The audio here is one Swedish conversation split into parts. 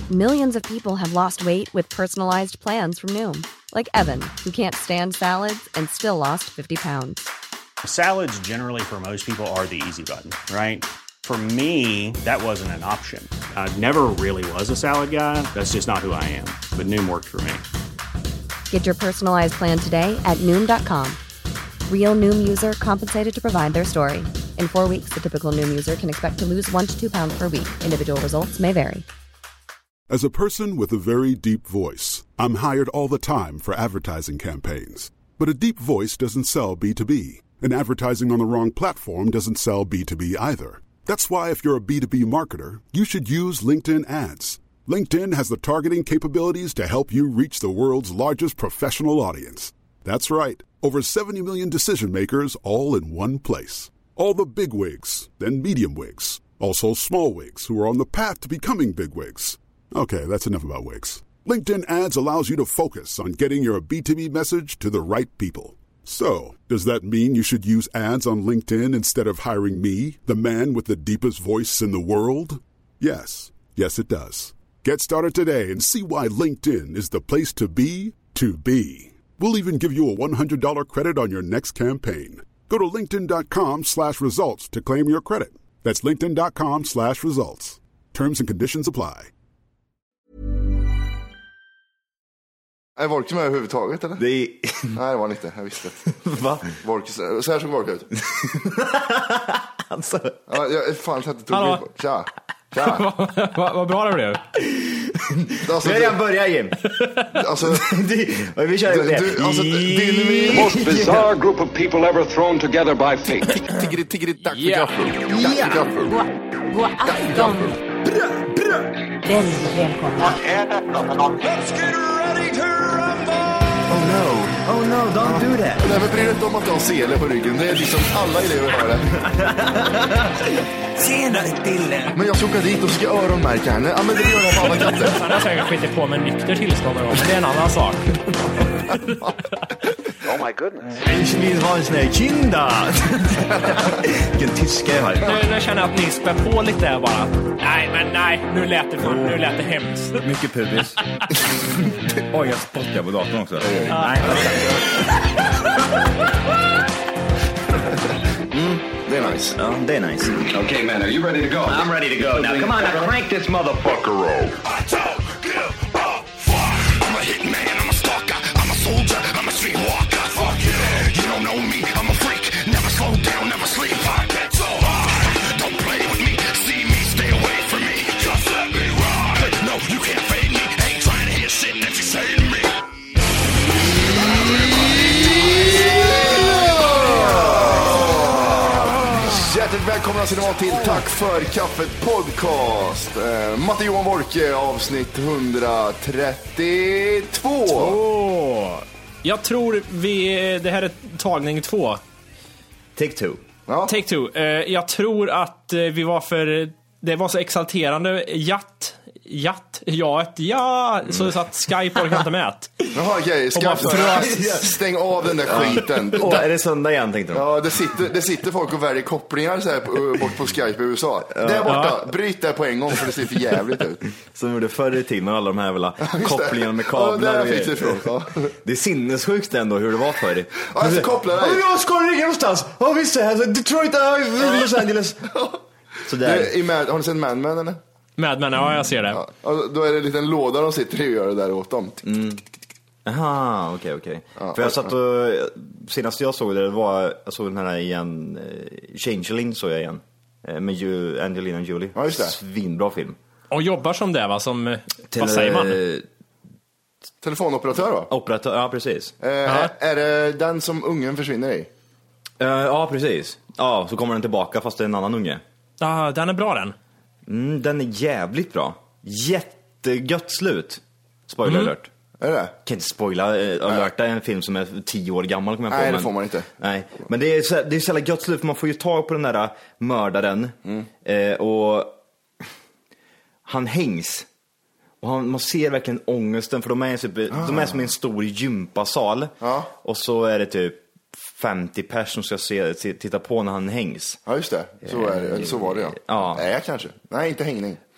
Millions of people have lost weight with personalized plans from Noom. Like Evan, who can't stand salads and still lost 50 pounds. Salads generally for most people are the easy button, right? For me, that wasn't an option. I never really was a salad guy. That's just not who I am. But Noom worked for me. Get your personalized plan today at Noom.com. Real Noom user compensated to provide their story. In 4 weeks, the typical Noom user can expect to lose 1 to 2 pounds per week. Individual results may vary. As a person with a very deep voice, I'm hired all the time for advertising campaigns. But a deep voice doesn't sell B2B. And advertising on the wrong platform doesn't sell B2B either. That's why if you're a B2B marketer, you should use LinkedIn ads. LinkedIn has the targeting capabilities to help you reach the world's largest professional audience. That's right. Over 70 million decision makers all in one place. All the big wigs, then medium wigs. Also small wigs who are on the path to becoming big wigs. Okay, that's enough about wigs. LinkedIn ads allows you to focus on getting your B2B message to the right people. So, does that mean you should use ads on LinkedIn instead of hiring me, the man with the deepest voice in the world? Yes. Yes, it does. Get started today and see why LinkedIn is the place to be to be. We'll even give you a $100 credit on your next campaign. Go to linkedin.com/results to claim your credit. That's linkedin.com/results. Terms and conditions apply. Är Volker med överhuvudtaget eller? Nej, det var han inte, jag visste. Va? Volker, så här såg Volker ut. Alltså. Ja, jag fan satt och tog Hallå. bild på. Tja. Vad bra det blev. Alltså, Vi har redan börjat, Jim. Alltså, vi kör igång det. Alltså, The most bizarre group of people ever thrown together by fate. Tiggeri, tack för gaffel. Tack för gaffel. God afton. Väldigt välkomna. Oh no, don't do that. Nej, men bryr dig inte om att du har sele på ryggen. Det är liksom alla elever har det. Tjenare Dille. Men jag ska åka dit och ska öronmärka henne. Ja, men det gör jag på alla katter. Han har säkert skitit på med nykter tillstånd någon gång, men det är en annan sak. Oh my goodness. Ich vill ha en sån här kinda. Vilken tyska jag har. Nu känner jag att ni spär på lite där bara. Nej, nu lät det hemskt. Mycket pubis. Oj, jag spottar på datorn också. Nej. Det är nice. Ja, det är nice. Okay, man, are you ready to go? I'm ready to go. Now, come on, now crank this motherfucker up. I don't give a fuck. I'm a hitman, I'm a stalker, I'm a soldier, I'm a streetwalker. Fuck you. You don't know me, I'm a freak. Never slow down, never sleep. I get so high. Don't play with me, see me, stay away from me. Just let me ride. No, you can't fade me. Ain't trying to hear shit that you say to me. Hjärtligt välkomna ska ni vara till Tack för kaffet podcast. Matte Johan Wolke, avsnitt 132. Jag tror det här är tagning 2. Take two. Ja. Take 2. Jag tror att vi var det var så exalterande så att Skype orkar inte med. Jaha, okej. Stäng av den där skiten. Är det söndag igen, tänkte de? Ja, det sitter folk och väljer kopplingar så här bort på Skype i USA. Där borta, bryt det på en gång för det ser för jävligt ut. Som gjorde förr i tiden, alla de här jävla kopplingarna med kablar. Ja, och det, det är sinnessjukt ändå hur det var förr. Ja, alltså kopplar dig. Jag ska ringa någonstans. Ja, visst är det. Detroit, Los Angeles. Så där. Har ni sett Mad Men eller? Mad Men, ja, jag ser det. Ja, då är det en liten låda de sitter i och gör det där åt dem. Aha, okej. Ja, för jag satt och senast jag såg det var, jag såg den här igen, Changeling såg jag igen, med Angelina Jolie. Ja, just det. Svinbra film. Och jobbar som det, va? Som, vad säger man? Telefonoperatör, va? Operatör, ja precis. Är det den som ungen försvinner i? Ja, precis. Ja, så kommer den tillbaka fast det är en annan unge. Ja, den är bra den. Den är jävligt bra. Jättegött slut. Spoiler alert. Är det? Kan inte spoila alert, det är en film som är 10 år gammal. Nej, det får man inte. Nej, men det är så jävla gött slut för man får ju tag på den där mördaren. Och han hängs. Och man ser verkligen ångesten, för de är som en stor gympasal. Och så är det typ 50 personer som ska titta på när han hängs. Ja, just det. Så var det, ja. Ja. Nej, kanske. Nej, inte hängning.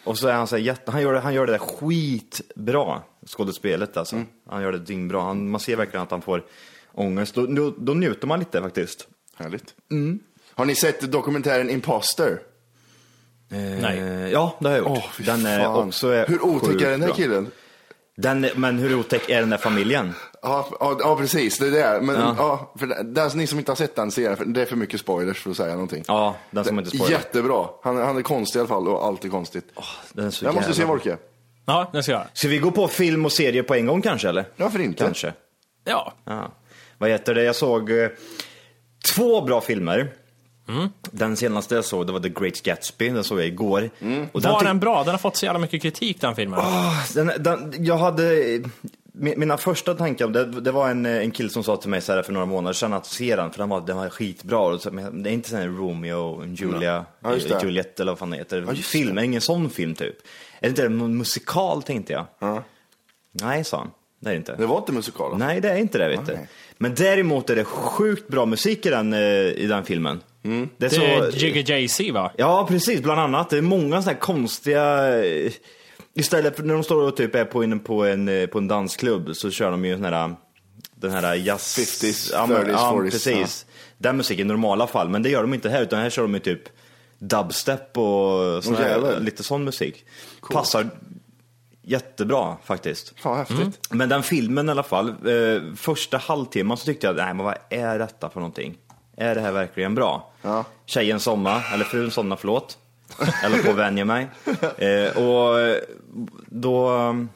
Och så är han så här han gör det där skitbra skådespelet alltså. Han gör det dyngbra. Man ser verkligen att han får ångest. Då njuter man lite faktiskt. Härligt. Har ni sett dokumentären Imposter? Nej. Ja, det har jag gjort. Den är också hur otäck är den här killen? Men hur otäck är den där familjen? Ja, precis, det är det. Men för ni som inte har sett den serien, för det är för mycket spoilers för att säga någonting. Ja, den som inte spoiler. Jättebra. Han är konstig i alla fall, och allt är konstigt. Den är så jag måste se Volke. Ja, det ska jag. Ska vi gå på film och serie på en gång kanske, eller? Ja, för inte. Kanske. Ja. Vad heter det? Jag såg 2 bra filmer. Den senaste jag såg, det var The Great Gatsby. Den såg jag igår. Och var den bra? Den har fått så jävla mycket kritik, den filmen. Jag hade... Mina första tankar, det var en kille som sa till mig så här för några månader sedan att se den, för den var skitbra. Det är inte sån här Romeo och Julia, Juliette eller vad fan det heter. Film, ingen sån film typ. Är det inte en musikal, tänkte jag? Nej, sa han. Det är det inte. Det var inte musikal? Nej, det är inte det, vet du. Men däremot är det sjukt bra musik i den filmen. Det är Jiggy Jay-Z, va? Ja, precis, bland annat. Det är många sådana här konstiga... Istället för när de står och typ är inne på en dansklubb, så kör de ju den här jazz... 50s, 30s, 40s. Precis. Den musiken i normala fall, men det gör de inte här, utan här kör de ju typ dubstep och lite sån musik. Cool. Passar jättebra faktiskt. Ja, häftigt. Men den filmen i alla fall, första halvtimman så tyckte jag, nej men vad är detta för någonting? Är det här verkligen bra? Ja. Tjejen somna, eller frun somna, förlåt. Eller på vänja mig. Och då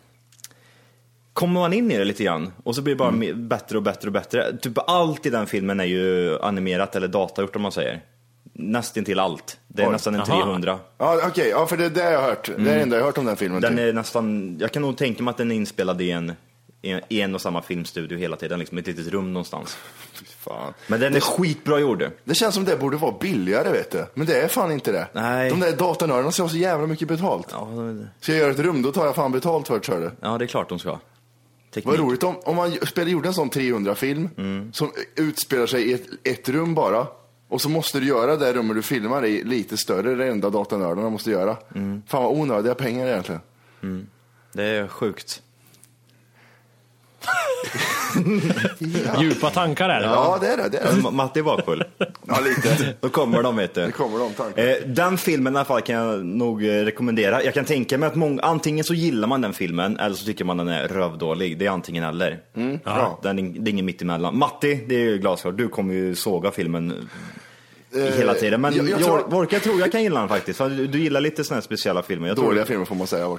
kommer man in i det lite grann. Och så blir det bara bättre och bättre och bättre. Typ allt i den filmen är ju animerat eller datagjort, om man säger. Nästan till allt. Det är nästan en 300. Ja, okej. Ja, för det är det jag har hört. Det är det enda jag har hört om den filmen. Den är nästan, jag kan nog tänka mig att den är inspelad i en och samma filmstudio hela tiden, liksom ett litet rum någonstans. Fan. Men den är skitbra gjord. Det känns som det borde vara billigare, vet du. Men det är fan inte det. Nej. De där datanördarna ska ha så jävla mycket betalt. Ja, ska jag göra ett rum, då tar jag fan betalt för det, tror du? Ja, det är klart de ska. Teknik. Vad roligt om man gjorde en sån 300-film som utspelar sig i ett rum bara. Och så måste du göra det rummet du filmar i lite större, det enda datanördarna måste göra. Fan vad onödiga pengar egentligen. Det är sjukt. Djupa tankar är det. Ja, det är det. Matti var full. Ja, lite. Då kommer de, vet du. Det kommer de tankar. Den filmen i alla fall kan jag nog rekommendera. Jag kan tänka mig att antingen så gillar man den filmen, eller så tycker man den är rövdålig. Det är antingen eller. Ja. Det är ingen mitt emellan. Matti, det är ju glasklart. Du kommer ju såga filmen hela tiden. Men jag tror jag kan gilla den faktiskt. Du gillar lite såna här speciella filmer. Dåliga filmer får man säga.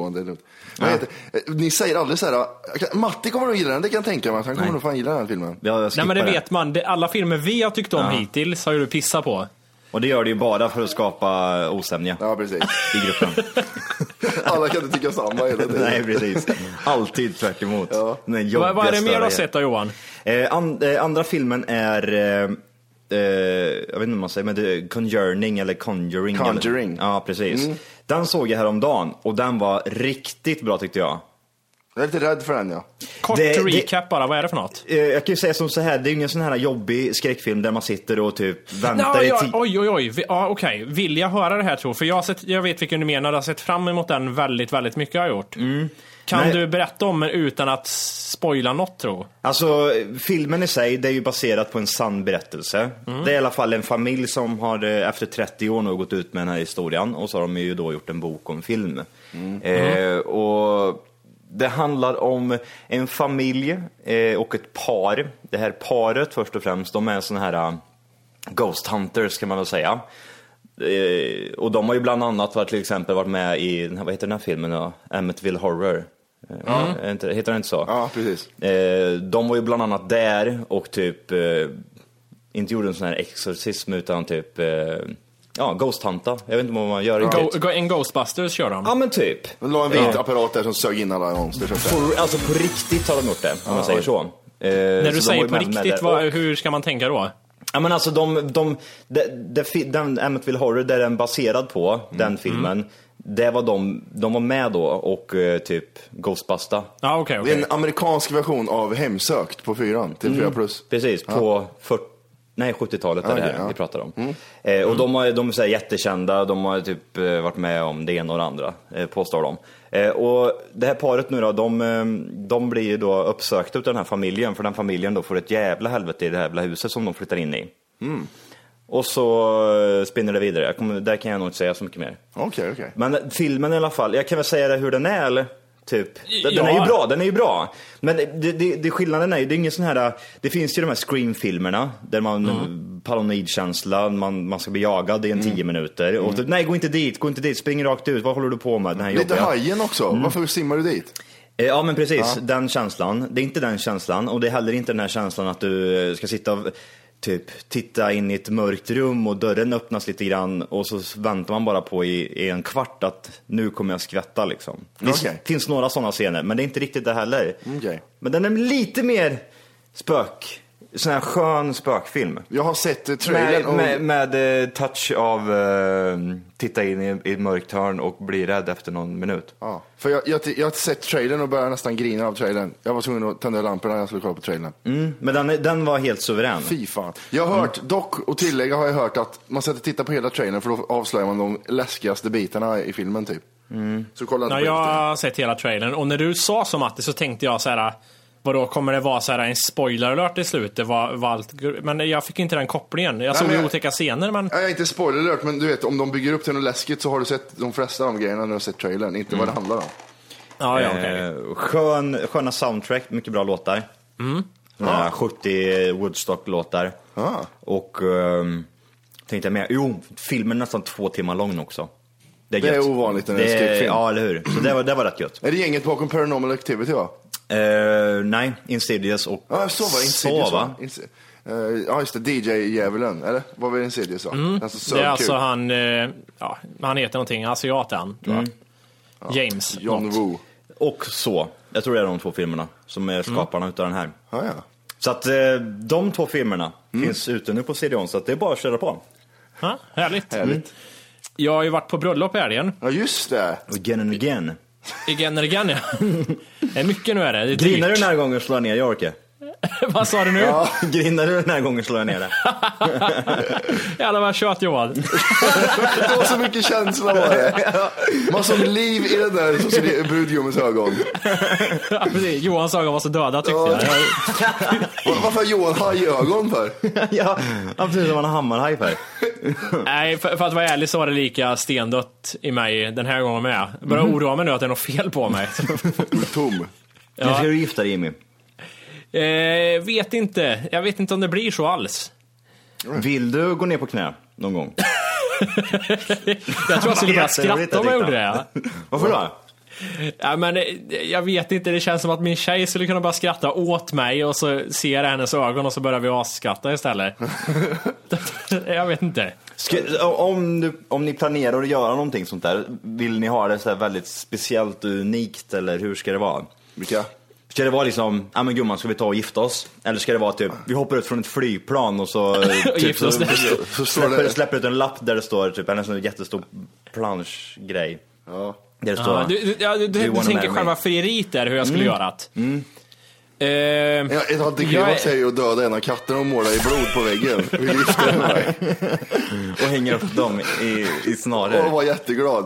Ni säger aldrig så här. Matti kommer nog gilla den, det kan jag tänka mig. Han kommer nog fan gilla den filmen. Nej, men det vet man. Alla filmer vi har tyckt om hittills har ju du pissat på. Och det gör det ju bara för att skapa osämja. Ja, precis. I gruppen. Alla kan inte tycka samma hela tiden. Nej, precis. Alltid tvärt emot. Ja. Vad är det mer du har sett då, Johan? Andra filmen är... jag vet inte om man säger, men det är Conjuring eller Conjuring. Ja, precis. Den såg jag häromdagen och den var riktigt bra, tyckte jag. Jag är lite rädd för den, ja. Kort recap bara, vad är det för något? Jag kan ju säga som så här, det är ingen sån här jobbig skräckfilm där man sitter och typ väntar i tid. Oj. Ja, okej. Vill jag höra det här, tror? För jag vet vilken du menar, jag har sett fram emot den väldigt, väldigt mycket, har jag gjort. Kan du berätta om den utan att spoila något, tror? Alltså, filmen i sig, det är ju baserat på en sann berättelse. Det är i alla fall en familj som har efter 30 år nu gått ut med den här historien. Och så har de ju då gjort en bok om film. Och det handlar om en familj och ett par. Det här paret först och främst, de är såna här ghost hunters, kan man väl säga. Och de har ju bland annat till exempel varit med i, vad heter den här filmen då? Amityville Horror. Heter den inte så? Ja, precis. De var ju bland annat där och typ inte gjorde en sån här exorcism, utan typ Ghost Hunta. Jag vet inte vad man gör. En Ghostbusters kör de. Ja, men typ. De la en vit apparat där som sög in alla monster. Alltså på riktigt har de gjort det, om man säger så. När du säger på riktigt, hur ska man tänka då? Ja, men alltså den Amityville Horror, där den baserad på den filmen, det var de var med då och typ Ghostbusta. Okay. Det är en amerikansk version av Hemsökt på 4 till 4+. Precis, på Nej, 70-talet är det här vi pratar om. Och de är så här jättekända, de har typ varit med om det ena och det andra, påstår de. Och det här paret nu då, de blir ju då uppsökta av den här familjen, för den familjen då får ett jävla helvete i det här jävla huset som de flyttar in i. Och så spinner det vidare. Där kan jag nog inte säga så mycket mer. Okej. Men filmen i alla fall, jag kan väl säga det hur den är, eller? Typ. Den är ju bra. Men det skillnaden är ju, det är ingen sån här, det finns ju de här Scream-filmerna där man paranoidkänsla, man ska bli jagad i 10 minuter och typ, nej, gå inte dit, spring rakt ut, vad håller du på med? Den här lite Hajen också, varför simmar du dit? Ja, men precis, den känslan. Det är inte den känslan, och det är heller inte den här känslan att du ska sitta och typ titta in i ett mörkt rum och dörren öppnas lite grann och så väntar man bara på i en kvart att nu kommer jag skvätta liksom. Det finns några sådana scener, men det är inte riktigt det heller. Men den är lite mer sån här skön spökfilm. Jag har sett trailern med touch av titta in i ett mörkt hörn och bli rädd efter någon minut. Ja, för jag har sett trailern och började nästan grina av trailern. Jag var tvungen att tända lamporna när jag skulle kolla på trailern. Men den var helt suverän. Fy fan. Jag har hört, dock och tillägga har jag hört att man ska titta på hela trailern för då avslöjar man de läskigaste bitarna i filmen typ. Så kolla inte på jag har sett hela trailern och när du sa som att det så tänkte jag så här. Vadå, kommer det vara så här en spoiler alert i slutet? Men jag fick inte den kopplingen. Jag såg ju otäcka scener, men... Jag är inte spoiler alert, men du vet, om de bygger upp till något läskigt så har du sett de flesta av de grejerna när du har sett trailern. Inte vad det handlar om. Sköna soundtrack, mycket bra låtar. 70 Woodstock-låtar. Och tänkte jag med, filmen är nästan 2 timmar lång också. Det är ovanligt när det är skräckfilm. Ja, eller hur? Så det var rätt gött. Är det gänget bakom Paranormal Activity, va? Nej, Insidious och Sova. Ja, just det, DJ-djävulen, eller? Vad var det Insidious sa? Det är alltså han heter någonting, asiaten, tror jag. James John Woo. Och så, jag tror det är de 2 filmerna som är skaparna utav den här. Så att de 2 filmerna finns ute nu på CDON, så att det är bara att köra på. Härligt. Jag har ju varit på bröllop i helgen. Ja, just det. Again and again. Igen och igen, ja. Det är mycket nu är det. Grinar du den här gången slår jag ner Jorke? Vad sa du nu? Ja, grinar du den här gången slår jag ner det. Jävlar vad kött Johan. Det var så mycket känsla var det. Man såg liv i den där så ser det brudgummens ögon. Ja, precis. Johans ögon var så döda tyckte jag. Varför har Johan hajögon för? Ja, precis som han har hammarhaj för. Nej, för att vara ärlig så var det lika stendött i mig den här gången med. Jag börjar oroa mig nu att det är något fel på mig. Tom. När ska du gifta dig, Jimmy? Vet inte. Jag vet inte om det blir så alls. Vill du gå ner på knä någon gång? Jag tror jag skulle börja skratta om jag gjorde det. Varför då? Ja, men jag vet inte, det känns som att min tjej skulle kunna bara skratta åt mig och så ser jag hennes ögon och så börjar vi asskratta istället. Jag vet inte. Om ni planerar att göra någonting sånt där, vill ni ha det så här väldigt speciellt och unikt, eller hur ska det vara? Vilka? Ska det vara liksom, ja men gumman, ska vi ta och gifta oss? Eller ska det vara typ, vi hoppar ut från ett flygplan och så, typ, så släpper ut en lapp där det står typ en sån jättestor planschgrej. Ja. Där det står, du tänker själva frieriet där, hur jag skulle göra det. Jag hade inte kunnat säga att döda en av katterna och måla i blod på väggen. Vi gifter mig. Och hänger upp dem i snarare. Och var jätteglad.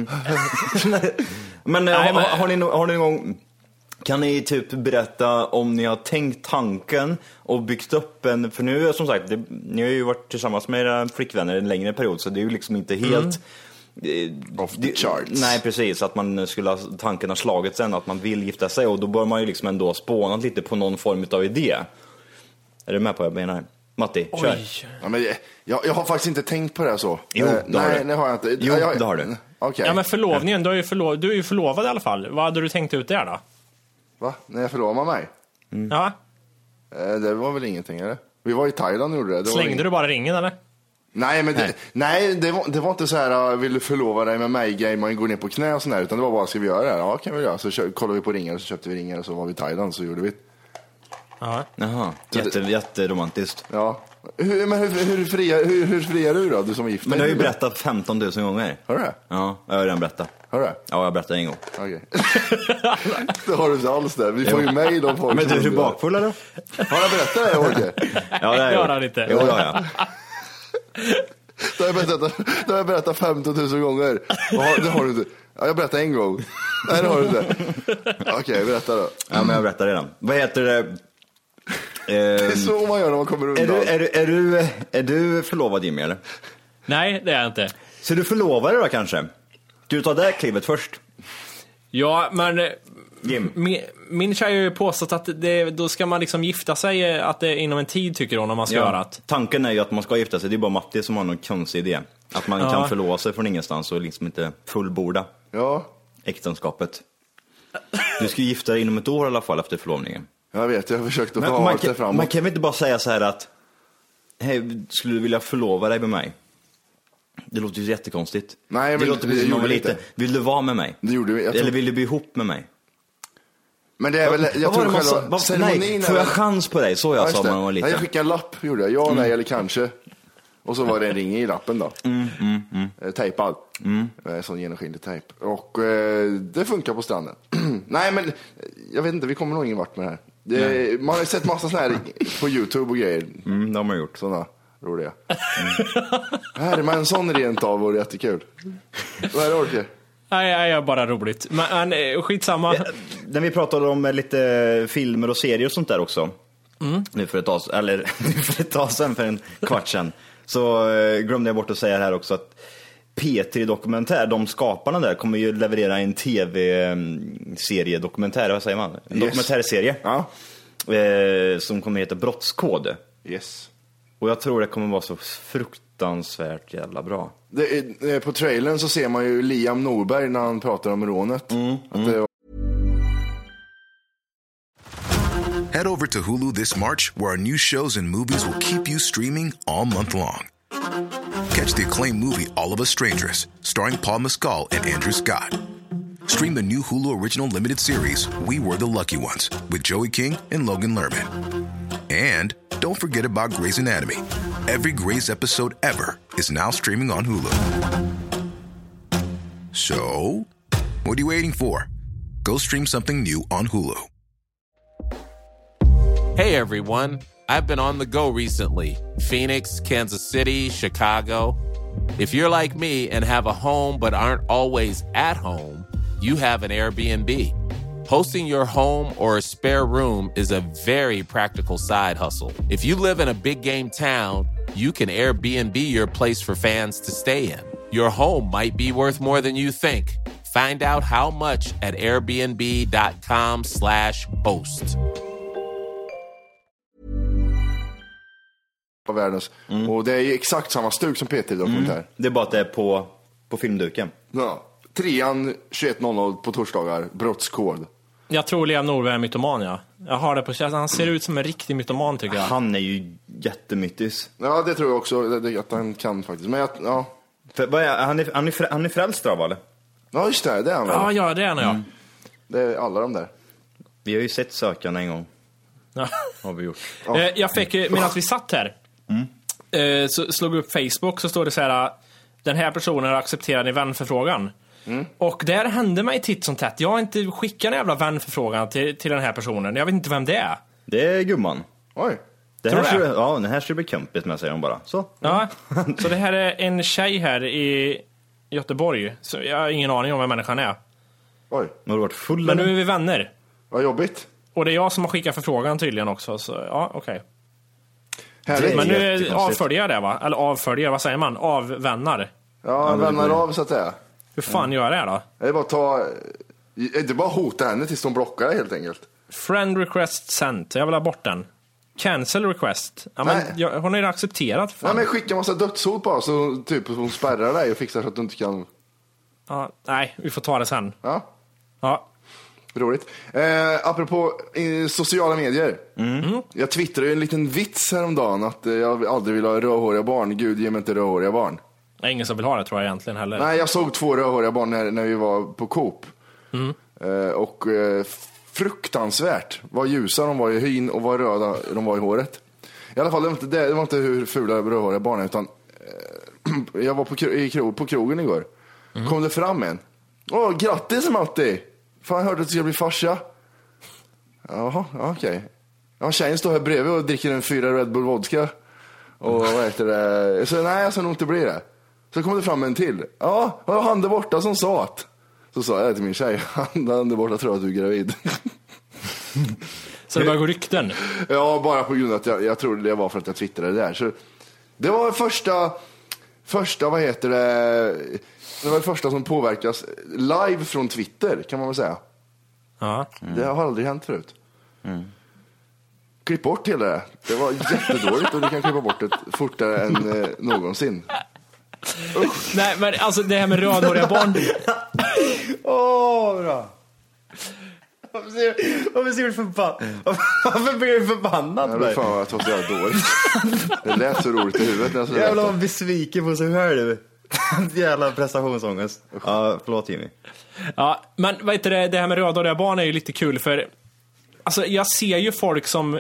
Men har ni någon gång, kan ni typ berätta om ni har tänkt tanken och byggt upp en, för nu som sagt, ni har ju varit tillsammans med era flickvänner en längre period, så det är ju liksom inte helt off the charts. Nej, precis, att man skulle ha tanken har slagit sen att man vill gifta sig, och då bör man ju liksom ändå spåna lite på någon form av idé. Är du med på vad jag menar? Matti, kör. Ja, men jag har faktiskt inte tänkt på det så. Jo, nej, har jag inte. Jo, det har du. Okay. Ja, men förlovningen, du är ju förlovad i alla fall. Vad hade du tänkt ut där då? Va? När jag förlovade mig? Ja. Det var väl ingenting, eller? Vi var i Thailand och gjorde det. Slängde du bara ringen, eller? Nej, men det var inte så här, vill du förlova dig med mig, gay, man går ner på knä och sån här, utan det var bara, ska vi göra det här? Ja, kan vi göra. Så kollade vi på ringar, så köpte vi ringar och så var vi i Thailand, så gjorde vi. Ja. Jaha, jätteromantiskt. Ja. Hur friar du då, du som är gift? Men du har ju berättat 15 000 gånger. Har du det? Ja, jag har redan berättat. Har du det? Ja, jag berättade en gång. Okej. Det har du inte alls där. Vi får ju mejl om folk. Men du är du bakfull eller? Har jag berättat det, Åke? Ja, det gör han inte. Jo, ja. Det har jag berättat 15 000 gånger. Det har du inte. Ja, jag berättade en gång. Nej, det har du inte. Okej, berätta då. Ja, men jag berättar redan. Vad heter det? Det är så man gör när man kommer undan. Är du förlovad, Jimmy, eller? Nej, det är jag inte. Så du förlovar dig då kanske? Du tar det klivet först. Ja, men min tjej har ju påstått att då ska man liksom gifta sig, att det är inom en tid, tycker hon, om man ska göra det. Tanken är ju att man ska gifta sig. Det är bara Matti som har någon konstig idé. Att man kan förlova sig från ingenstans och liksom inte fullborda äktenskapet. Du ska gifta dig inom ett år i alla fall efter förlovningen. Jag vet, jag har försökt att få ha det framåt. Man kan väl inte bara säga så här att hej, skulle du vilja förlova dig med mig? Det låter ju jättekonstigt. Nej, men det låter precis som man var lite. Vill du vara med mig? Det gjorde vi. Eller vill du bli ihop med mig? Men det är väl, jag tror själva ceremonin. Nej, får jag chans på dig? Så jag sa man var lite. Nej, jag skickade en lapp, gjorde jag. Ja, nej eller kanske. Och så var det en ring i lappen då. Tejpad. Sån genomskinlig tejp. Och det funkar på stranden. Nej, men jag vet inte, vi kommer nog ingen vart med det här. Man har sett massa såna här på YouTube och grejer. De har gjort. Såna roliga. Här, men en sån rent av vore jättekul. Vad är det, Orke? Nej, jag är bara roligt. Men skitsamma. När vi pratade om lite filmer och serier och sånt där också. Nu för ett tag sedan, för en kvart sedan. Så glömde jag bort att säga här också att P3 Dokumentär, de skaparna där, kommer ju leverera en tv-serie dokumentär, vad säger man? En dokumentärserie. Ja. Som kommer heta Brottskod. Yes. Och jag tror det kommer vara så fruktansvärt jävla bra. På trailern så ser man ju Liam Norberg när han pratar om rånet. Head over to Hulu this March, where our new shows and movies will keep you streaming all month long. Catch the acclaimed movie All of Us Strangers, starring Paul Mescal and Andrew Scott. Stream the new Hulu original limited series We Were the Lucky Ones with Joey King and Logan Lerman. And don't forget about Grey's Anatomy. Every Grey's episode ever is now streaming on Hulu. So, what are you waiting for? Go stream something new on Hulu. Hey everyone, I've been on the go recently. Phoenix, Kansas City, Chicago. If you're like me and have a home but aren't always at home, you have an Airbnb. Hosting your home or a spare room is a very practical side hustle. If you live in a big game town, you can Airbnb your place for fans to stay in. Your home might be worth more than you think. Find out how much at airbnb.com/host. Och det är ju exakt samma stuk som P3-dokumentär. Det är bara att det är på filmduken. Ja. 3:an 21:00 på torsdagar. Brottskod. Jag tror Liam Norberg är mytoman, ja. Jag har det på känslan. Han ser ut som en riktig mytoman, tycker jag. Han är ju jättemytis. Ja, det tror jag också att han kan faktiskt. Men ja. Han är frälst av, eller? Ja, just det. Det är han väl? Ja, det är han, ja. Det är alla de där. Vi har ju sett sökarna en gång. Ja. Har vi gjort. Jag fick, medan vi satt här, så slog upp Facebook, så står det så här: den här personen har accepterat en vänförfrågan. Och där hände mig titt som tätt. Jag har inte skickat en jävla vänförfrågan till den här personen. Jag vet inte vem det är. Det är gumman. Oj. Den här ska bli kompis med, säger hon bara. Så det här är en tjej här i Göteborg. Så jag har ingen aning om vem människan är. Oj. Har du varit full? Men nu är vi vänner. Vad jobbigt. Och det är jag som har skickat förfrågan tydligen också. Så ja, okej. Men nu avföljer det, va? Eller avföljer, vad säger man? Avvännar. Ja, vännar av, så att säga. Hur fan gör det då? Det är bara inte bara hota henne tills de blockar det, helt enkelt. Friend request sent. Jag vill ha bort den. Cancel request. Ja, men hon är accepterat. Fan. Nej, men skicka en massa dödshot på, så typ hon spärrar dig och fixar så att du inte kan. Ja, nej, vi får ta det sen. Ja. Roligt. Apropå sociala medier. Jag twittrade ju en liten vits häromdagen att jag aldrig vill ha rödhåriga barn. Gud, ge mig inte rödhåriga barn. Det är ingen som vill ha det, tror jag egentligen heller. Nej, jag såg 2 rödhåriga barn när vi var på Coop. Och fruktansvärt vad ljusa de var i hyn och vad röda de var i håret. I alla fall, det var inte hur fula rödhåriga barnen, utan jag var på krogen igår. Kom det fram en. Grattis Matti! Fan, jag hörde att du ska bli farsa. Jaha, okej. Ja, tjejen står här bredvid och dricker en 4 Red Bull vodka. Och vad heter det? Så nej, jag ska nog inte bli det. Så kom det fram en till. Ja, han där borta som sa att. Så sa jag till min tjej, han där borta tror att du är gravid. Så det bara går rykten? Ja, bara på grund av att jag tror det var för att jag twittrade det där. Så det var första, vad heter det? Det var det första som påverkas live från Twitter, kan man väl säga. Ja. Det har aldrig hänt förut. Klipp bort hela det. Det var jättedåligt och du kan klippa bort det fortare än någonsin. Nej, men alltså det här med rödhåriga barn. Bra. Varför ser du förbannad? Varför blir du förbannad? Nej, det fan, jag tror att jag är dåligt. Det lät så roligt i huvudet. Jävlar vad besviken på sig själv. Jävla prestationsångest. Ja, förlåt Jimmy. Ja, men vad heter det här med rödhåriga barn är ju lite kul, för alltså jag ser ju folk som,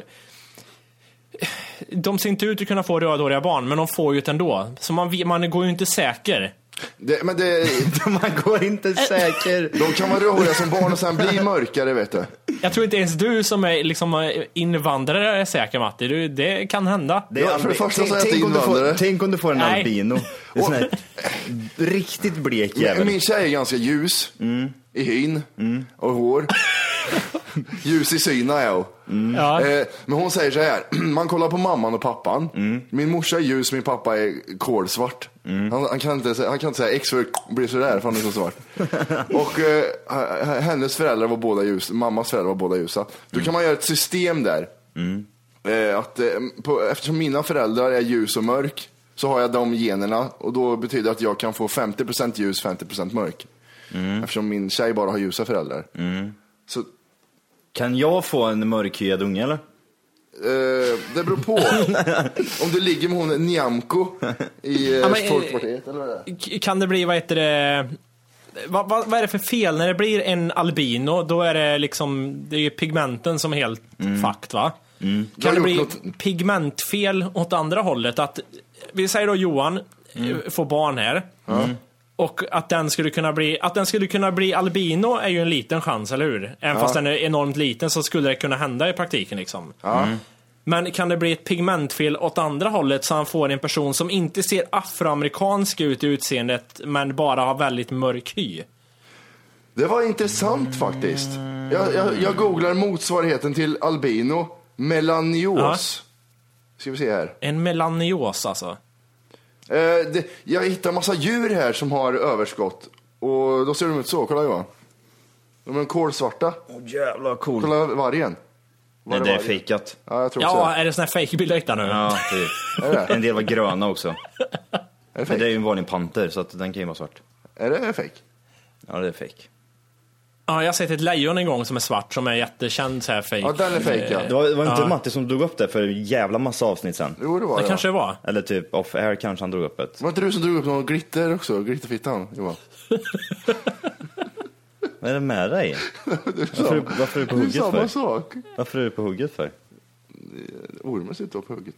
de ser inte ut att kunna få rödhåriga barn, men de får ju det ändå. Så man går ju inte säker. Man går inte säker. De kan vara rödhåriga som barn och sen bli mörkare, vet du. Jag tror inte ens du som är liksom invandrare är säker, Matti. Det kan hända. Det är för det första så är jag invandrare. Tänk om du får en albino. Riktigt blek jävel. Min tjej är ganska ljus i hyn och hår. Ljus i syna, ja. Men hon säger så här: man kollar på mamman och pappan. Min morsa är ljus, min pappa är kolsvart. Han kan inte säga X för blir så där, för han är så svart. Och hennes föräldrar var båda ljus, mammas föräldrar var båda ljusa. Då kan man göra ett system där. Eftersom mina föräldrar är ljus och mörk, så har jag de generna, och då betyder det att jag kan få 50% ljus, 50% mörk. Eftersom min tjej bara har ljusa föräldrar. Så kan jag få en mörkhyad unge eller? Det beror på. Om du ligger med hon Nyamko i Folkpartiet eller vad det är. Kan det bli, vad heter det, vad är det för fel när det blir en albino? Då är det liksom, det är ju pigmenten som är helt fucked, va? Kan det bli pigmentfel åt andra hållet? Att vi säger då Johan får barn här. Och att den skulle kunna bli albino är ju en liten chans, eller hur? Även fast den är enormt liten, så skulle det kunna hända i praktiken liksom. Men kan det bli ett pigmentfel åt andra hållet, så han får en person som inte ser afroamerikansk ut i utseendet, men bara har väldigt mörk hy? Det var intressant faktiskt. Jag googlar motsvarigheten till albino, melanios. Ska vi se här. En melanios alltså. Jag hittar massa djur här som har överskott. Och då ser de ut så, kolla Johan. De är kolsvarta. Jävla cool. Kolla vargen. Nej, det är fejkat. Ja, jag tror också är det sån här fake-bilder nu? Ja, en del var gröna också. Men det är ju en vanlig panter, så att den kan ju vara svart. Är det fake? Ja, det är fake. Ja, jag har sett ett lejon en gång som är svart, som är jättekänd så här fake. Ja, den är fake, ja. Det var inte Matti som drog upp det för jävla massa avsnitt sen. Jo, det var det. Kanske det var. Eller typ off-air kanske han drog upp det. Var inte du som drog upp någon glitter också? Glitterfittan, Johan. Vad är det med dig? Varför är du på hugget för? Det är samma sak. Varför är du på hugget för? Ormar sitter på hugget.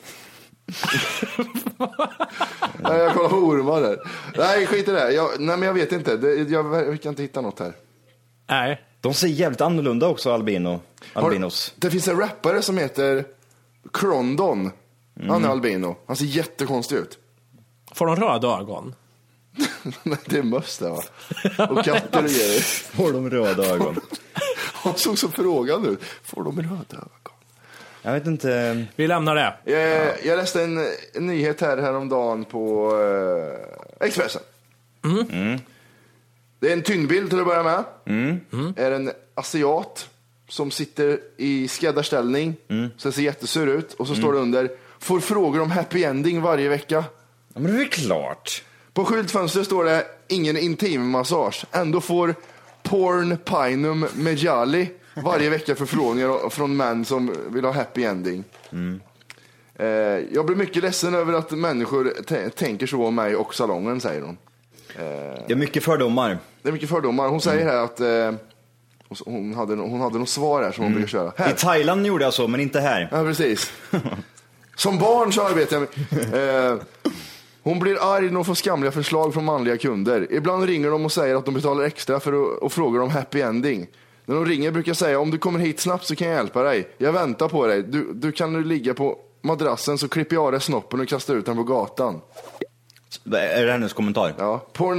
Nej, jag kollar på ormar där. Nej, skit i det. Nej, men jag vet inte. Jag kan inte hitta något här. Nej. De ser jävligt annorlunda också, albinos. Det finns en rappare som heter Crondon. Han är albino. Han ser jättekonstig ut. Får de röda ögon? Nej, det är möss där, va? Och katter och grejer. Får de röda ögon? Han såg så frågan ut. Får de röda ögon? Jag vet inte. Vi lämnar det. Jag läste en nyhet häromdagen på Expressen. Det är en tyngdbild till att börja med. Är en asiat som sitter i skräddarställning. Så det ser jättesur ut. Och så står det under: får frågor om happy ending varje vecka. Ja, men det är klart. På skyltfönstret står det: ingen intim massage. Ändå får Porn Pinum Mejali varje vecka förfrågningar från män som vill ha happy ending. Jag blir mycket ledsen över att människor tänker så om mig och salongen, säger hon. Det är mycket fördomar. Det är mycket fördomar. Hon säger här att Och hon hade något svar här som hon brukar köra. Här. I Thailand gjorde jag så, men inte här. Ja, precis. Som barn så arbetar jag med... Hon blir arg när hon får skamliga förslag från manliga kunder. Ibland ringer de och säger att de betalar extra och frågar om happy ending. När de ringer brukar jag säga, om du kommer hit snabbt så kan jag hjälpa dig. Jag väntar på dig. Du kan nu ligga på madrassen så klipper jag av dig snoppen och kastar ut den på gatan. Är det hennes kommentar? Ja. Porn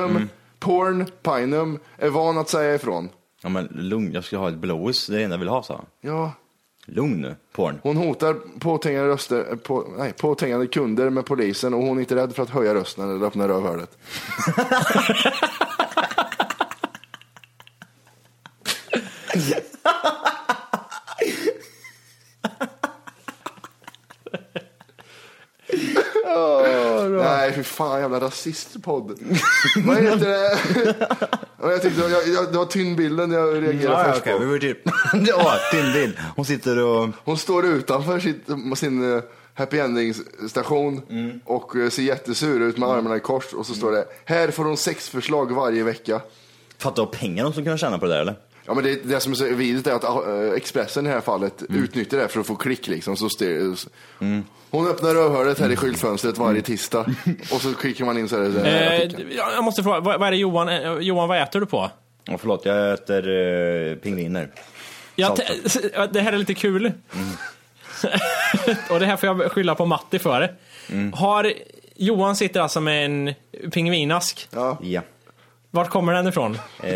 Pinum är van att säga ifrån. Ja, men lugn, jag ska ha ett blowis, det är det enda jag vill ha, så. Ja. Lugn nu, porn. Hon hotar påtängande kunder med polisen och hon är inte rädd för att höja rösten eller öppna rövhålet. Nej, för fan, jävla rasistpodd. Vad heter det? Jag tyckte det var tynnbilden jag reagerade först på. Vi var typ. Ja, tynnbild. Hon sitter och... Hon står utanför sin happy ending station och ser jättesur ut med armarna i kors och så står det, här får hon 6 förslag varje vecka. Fattar du pengar de som kan tjäna på det där, eller? Ja, men det som är så vidrigt är att Expressen i det här fallet utnyttjar det för att få klick liksom. Hon öppnar rövhålet här i skyltfönstret varje tisdag och så klickar man in så här. Jag måste fråga, vad är det Johan, vad äter du på? Ja, förlåt, jag äter pingviner. Det här är lite kul. Och det här får jag skylla på Matti för. Har Johan sitter alltså med en pingvinask? Ja. Vart kommer den ifrån?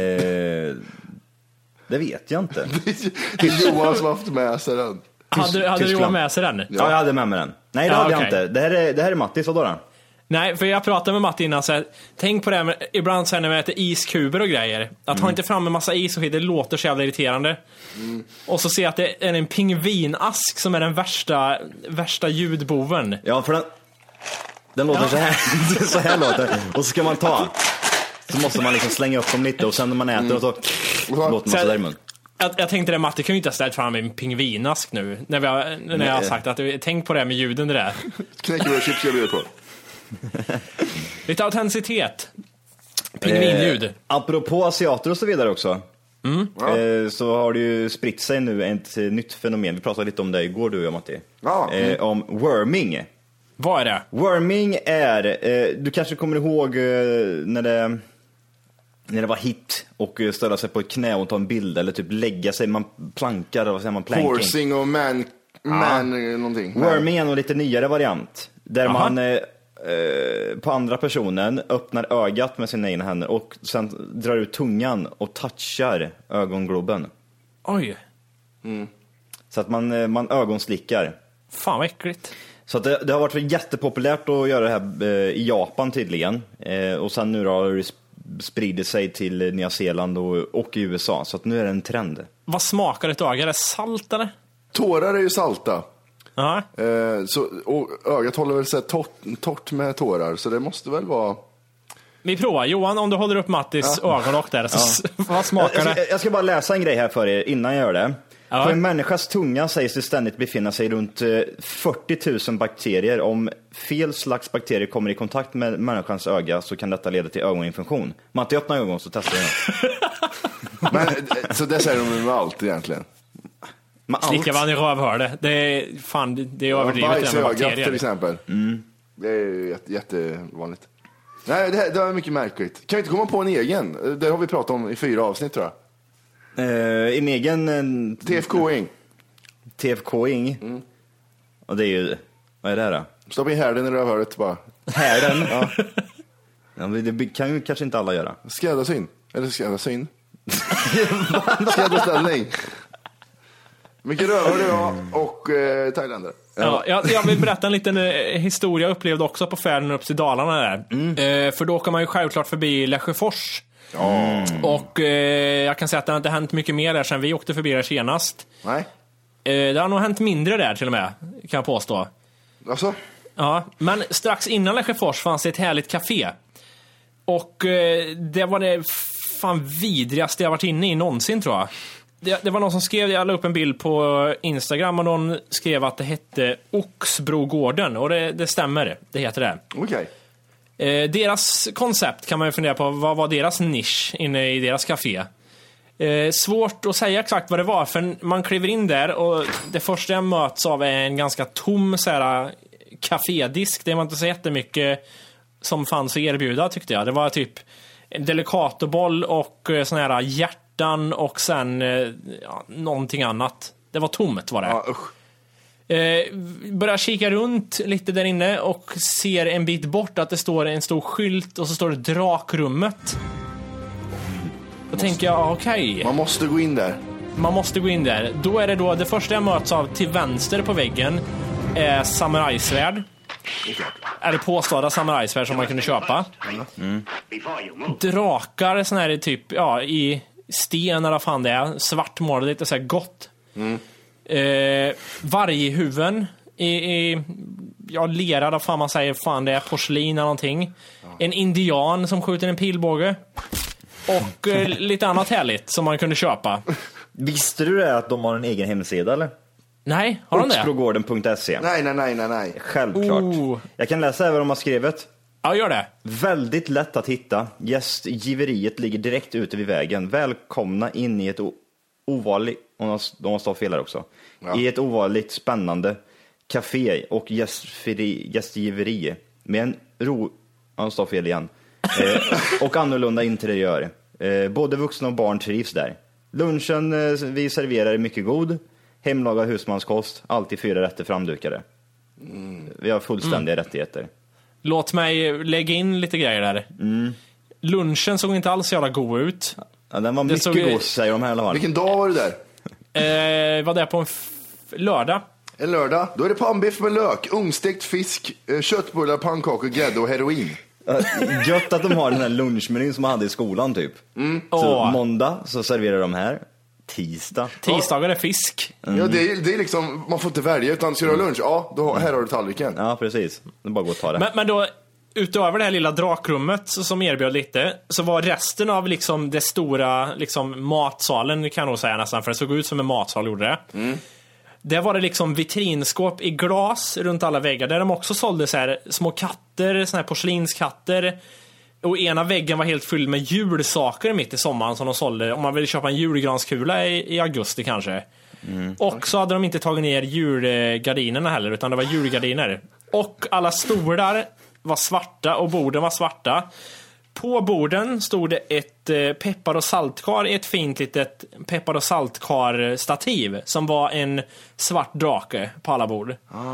Det vet jag inte. Det är Johan som haft med sig den. Hade du Johan med sig den? Ja, jag hade med mig den. Nej, det hade jag inte. Det här är Mattis, vadå då? Nej, för jag pratade med Matti innan så här, tänk på det här med, ibland sen när vi äter iskuber och grejer, att ha inte fram en massa is och skit, det låter så jävla irriterande. Och så ser jag att det är en pingvinask som är den värsta ljudboven. Ja, för den låter så här. Så här låter. Och så ska man ta, så måste man liksom slänga upp dem lite och sen när man äter och så låter man så där i mun. Jag tänkte det, Matti kan ju inte ha ställt fram en pingvinask nu när jag har sagt att tänk på det här med ljuden det där. Knäckebrödschips jag bjuder på. Lite autenticitet. Pingvinljud. Apropå asiater och så vidare också. Så har det ju spritt sig nu ett nytt fenomen. Vi pratade lite om det igår, du och jag, Matti. Om worming. Vad är det? Worming är, du kanske kommer ihåg när det var hit och ställa sig på ett knä och ta en bild eller typ lägga sig, man plankar, vad säger man, planking. Horsing och man någonting. Worming är en lite nyare variant där man på andra personen öppnar ögat med sina egna händer och sen drar ut tungan och touchar ögongloben. Oj. Så att man ögonslickar. Fan vad äckligt. Så att det har varit jättepopulärt att göra det här i Japan tydligen. Och sen nu då har det spridit sig till Nya Zeeland och i USA. Så att nu är det en trend. Vad smakar ett öga? Är det salt eller? Tårar är ju salta. Och ögat håller väl sig torrt med tårar. Så det måste väl vara... Vi provar. Johan, om du håller upp Mattis ögonlock där så vad smakar det? Jag ska bara läsa en grej här för er innan jag gör det. På en människas tunga sägs det ständigt befinna sig runt 40 000 bakterier. Om fel slags bakterier kommer i kontakt med människans öga så kan detta leda till ögoninfektion. Matti, öppna ögon så testar jag. Men, så det säger de med allt egentligen. Slicka vad ni rövhörde. Det är överdrivet med bakterier till exempel. Det är jättevanligt. Nej, det är mycket märkligt. Kan vi inte komma på en egen? Det har vi pratat om i 4 avsnitt tror jag. En egen TFK-ing. Och det är ju, vad är det här då? Stoppa in härden i rövhålet bara. Härden? Ja, det kan ju kanske inte alla göra. Skräddarsyn. Eller skräddarsyn. Skräddarställning. Mycket rövhål och thailändare. Ja, jag vill berätta en liten historia jag upplevde också på färden upp till Dalarna där. För då kan man ju självklart förbi Lesjöfors. Och jag kan säga att det har inte hänt mycket mer där sedan vi åkte förbi där senast. Nej. Det har nog hänt mindre där till och med, kan jag påstå. Alltså? Ja, men strax innan Lesjöfors fanns det ett härligt café. Och det var det fan vidrigaste jag varit inne i någonsin tror jag. Det var någon som skrev, jag la upp en bild på Instagram och någon skrev att det hette Oxbrogården. Och det stämmer, det heter det. Okej. Deras koncept kan man ju fundera på, vad var deras nisch inne i deras café? Svårt att säga exakt vad det var, för man kliver in där och det första jag möts av är en ganska tom så här kafédisk. Det var inte så jättemycket som fanns att erbjuda, tyckte jag. Det var typ en Delicatoboll och såna här hjärtan och sen någonting annat. Det var tomt, var det. Ja, usch. Börjar kika runt lite där inne och ser en bit bort att det står en stor skylt och så står det Drakrummet. Då tänker jag, okej. Man måste gå in där. Man måste gå in där. Då är det då, det första jag möts av till vänster på väggen är samurajsvärd. Eller påstådda samurajsvärd som man kunde köpa. Drakar, sån här typ, ja, i sten eller vad fan det är. Svartmålade, lite så här gott. Varghuvuden i lerad, vad fan man säger, fan det är porslin eller någonting. En indian som skjuter en pilbåge. Och lite annat härligt som man kunde köpa. Visste du det att de har en egen hemsida eller? Nej, har de det? Oxbrogården.se. Nej. Självklart. Jag kan läsa vad de har skrivit. Ja, gör det. Väldigt lätt att hitta. Gästgiveriet ligger direkt ute vid vägen. Välkomna in i ett ovanligt, de har stått fel här också. Ja. I ett ovanligt spännande café och gästgiveri med en han står fel igen. Och annorlunda interiör. Både vuxna och barn trivs där. Lunchen vi serverar är mycket god. Hemlagad husmanskost, alltid 4 rätter framdukade. Vi har fullständiga rättigheter. Låt mig lägga in lite grejer där. Lunchen såg inte alls jävla god ut. Ja, den var mycket god, säger de här i alla fall. Vilken dag var du där? Var det på en lördag? En lördag? Då är det pannbiff med lök, ugnsstekt fisk, köttbullar, pannkakor, grädde och heroin. Gött att de har den här lunchmenyn som man hade i skolan typ. Så måndag så serverar de här. Tisdagar är fisk. Ja, det är liksom, man får inte välja utan ska du ha lunch, ja, då, här har du tallriken. Ja, precis. Det är bara att gå och ta det. Men då, utöver det här lilla drakrummet som erbjöd lite, så var resten av liksom det stora liksom matsalen, kan jag nog säga nästan, för det såg ut som en matsal gjorde det. Där var det liksom vitrinskåp i glas runt alla väggar, där de också sålde så här små katter, såna här porslinskatter. Och ena väggen var helt fylld med julsaker mitt i sommaren som de sålde om man ville köpa en julgranskula i augusti kanske. Och så hade de inte tagit ner julgardinerna heller, utan det var julgardiner. Och alla stolar var svarta och borden var svarta. På borden stod det ett peppar- och saltkar, ett fint litet peppar- och saltkar-stativ som var en svart drake på alla bord.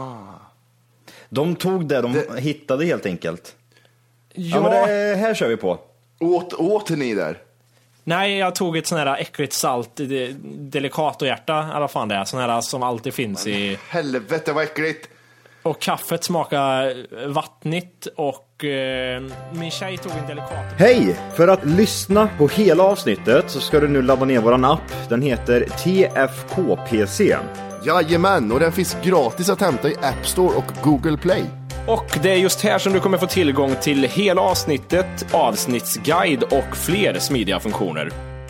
De tog det hittade helt enkelt. Ja, men det här kör vi på. Åt ni där? Nej, jag tog ett sån här äckligt salt Delicatohjärta, eller vad fan det är, sån här som alltid finns i. Helvete vad äckligt. Och kaffet smakar vattnigt och min tjej tog en Delicato. Hej! För att lyssna på hela avsnittet så ska du nu ladda ner våran app. Den heter TFKPC. Jajamän, och den finns gratis att hämta i App Store och Google Play. Och det är just här som du kommer få tillgång till hela avsnittet, avsnittsguide och fler smidiga funktioner.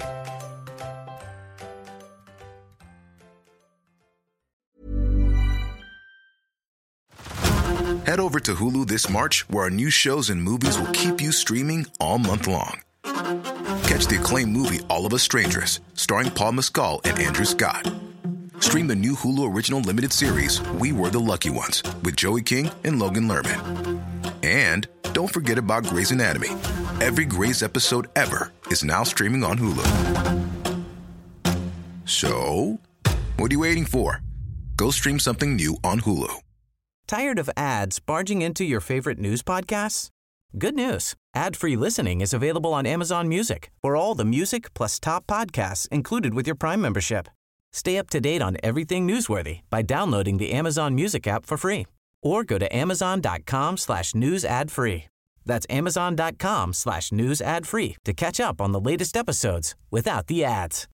Head over to Hulu this March, where our new shows and movies will keep you streaming all month long. Catch the acclaimed movie All of Us Strangers, starring Paul Mescal and Andrew Scott. Stream the new Hulu original limited series We Were the Lucky Ones with Joey King and Logan Lerman. And don't forget about Grey's Anatomy. Every Grey's episode ever is now streaming on Hulu. So, what are you waiting for? Go stream something new on Hulu. Tired of ads barging into your favorite news podcasts? Good news. Ad-free listening is available on Amazon Music for all the music plus top podcasts included with your Prime membership. Stay up to date on everything newsworthy by downloading the Amazon Music app for free or go to amazon.com/news ad free. That's amazon.com/news ad free to catch up on the latest episodes without the ads.